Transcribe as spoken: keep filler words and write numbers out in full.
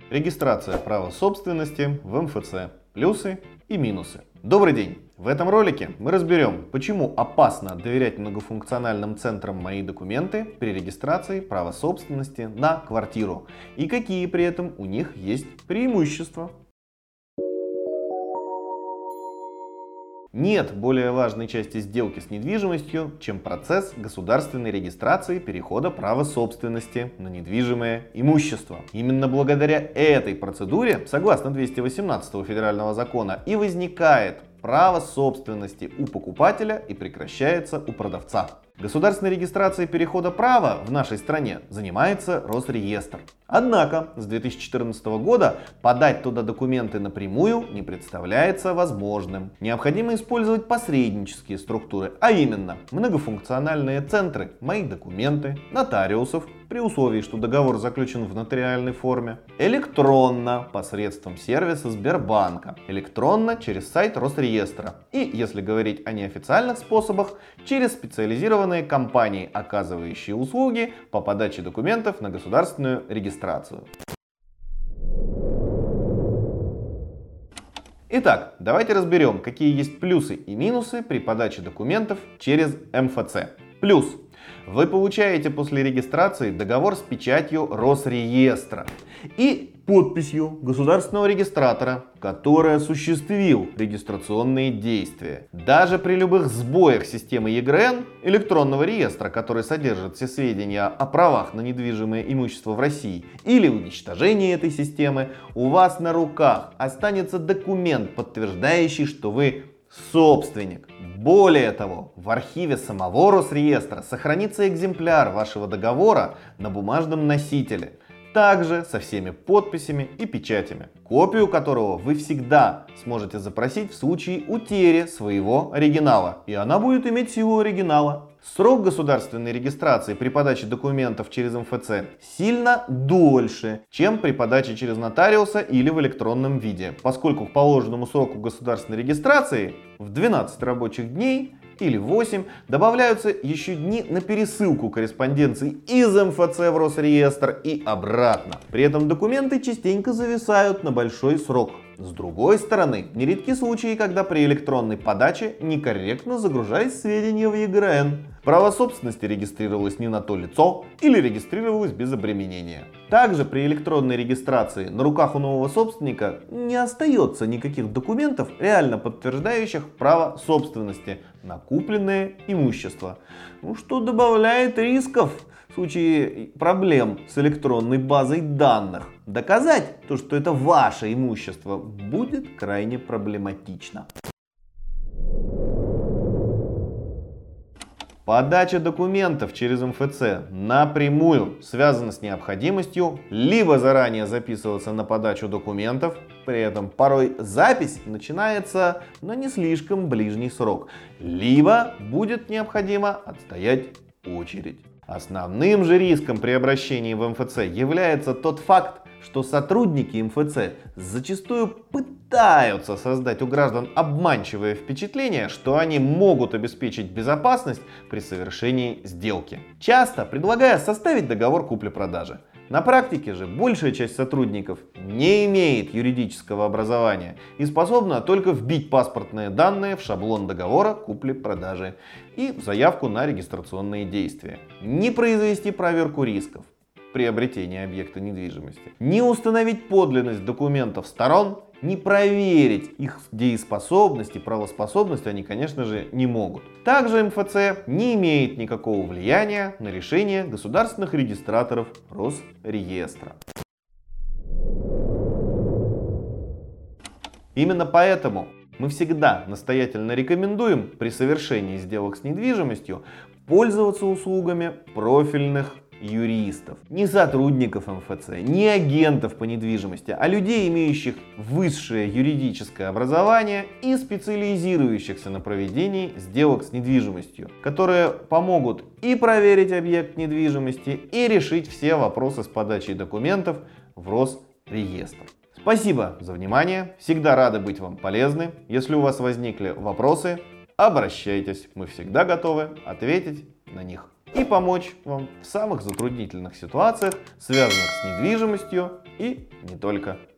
Регистрация права собственности в эм эф цэ. Плюсы и минусы. Добрый день! В этом ролике мы разберем, почему опасно доверять многофункциональным центрам «Мои документы» при регистрации права собственности на квартиру и какие при этом у них есть преимущества. Нет более важной части сделки с недвижимостью, чем процесс государственной регистрации перехода права собственности на недвижимое имущество. Именно благодаря этой процедуре, согласно двести восемнадцатого федерального закона, и возникает право собственности у покупателя и прекращается у продавца. Государственной регистрацией перехода права в нашей стране занимается Росреестр. Однако с две тысячи четырнадцатого года подать туда документы напрямую не представляется возможным. Необходимо использовать посреднические структуры, а именно многофункциональные центры «Мои документы», нотариусов, при условии, что договор заключен в нотариальной форме, электронно посредством сервиса Сбербанка, электронно через сайт Росреестра и, если говорить о неофициальных способах, через специализированные компании, оказывающие услуги по подаче документов на государственную регистрацию. Итак, давайте разберем, какие есть плюсы и минусы при подаче документов через эм эф цэ. Плюс. Вы получаете после регистрации договор с печатью Росреестра и подписью государственного регистратора, который осуществил регистрационные действия. Даже при любых сбоях системы е гр эн, электронного реестра, который содержит все сведения о правах на недвижимое имущество в России, или уничтожении этой системы, у вас на руках останется документ, подтверждающий, что вы собственник. Более того, в архиве самого Росреестра сохранится экземпляр вашего договора на бумажном носителе, также со всеми подписями и печатями, копию которого вы всегда сможете запросить в случае утери своего оригинала, и она будет иметь силу оригинала. Срок государственной регистрации при подаче документов через эм эф цэ сильно дольше, чем при подаче через нотариуса или в электронном виде, поскольку к положенному сроку государственной регистрации в двенадцать рабочих дней или восемь добавляются еще дни на пересылку корреспонденции из эм эф цэ в Росреестр и обратно. При этом документы частенько зависают на большой срок. С другой стороны, нередки случаи, когда при электронной подаче некорректно загружались сведения в е гр эн. Право собственности регистрировалось не на то лицо или регистрировалось без обременения. Также при электронной регистрации на руках у нового собственника не остается никаких документов, реально подтверждающих право собственности на купленное имущество, ну, что добавляет рисков в случае проблем с электронной базой данных. Доказать то, что это ваше имущество, будет крайне проблематично. Подача документов через эм эф цэ напрямую связана с необходимостью либо заранее записываться на подачу документов, при этом порой запись начинается на не слишком ближний срок, либо будет необходимо отстоять очередь. Основным же риском при обращении в эм эф цэ является тот факт, что сотрудники эм эф цэ зачастую пытаются создать у граждан обманчивое впечатление, что они могут обеспечить безопасность при совершении сделки, часто предлагая составить договор купли-продажи. На практике же большая часть сотрудников не имеет юридического образования и способна только вбить паспортные данные в шаблон договора купли-продажи и в заявку на регистрационные действия. Не произвести проверку рисков приобретения объекта недвижимости, не установить подлинность документов сторон, не проверить их дееспособность и правоспособность они, конечно же, не могут. Также эм эф цэ не имеет никакого влияния на решение государственных регистраторов Росреестра. Именно поэтому мы всегда настоятельно рекомендуем при совершении сделок с недвижимостью пользоваться услугами профильных юристов, не сотрудников эм эф цэ, не агентов по недвижимости, а людей, имеющих высшее юридическое образование и специализирующихся на проведении сделок с недвижимостью, которые помогут и проверить объект недвижимости, и решить все вопросы с подачей документов в Росреестр. Спасибо за внимание, всегда рады быть вам полезны. Если у вас возникли вопросы, обращайтесь, мы всегда готовы ответить на них. и помочь вам в самых затруднительных ситуациях, связанных с недвижимостью и не только.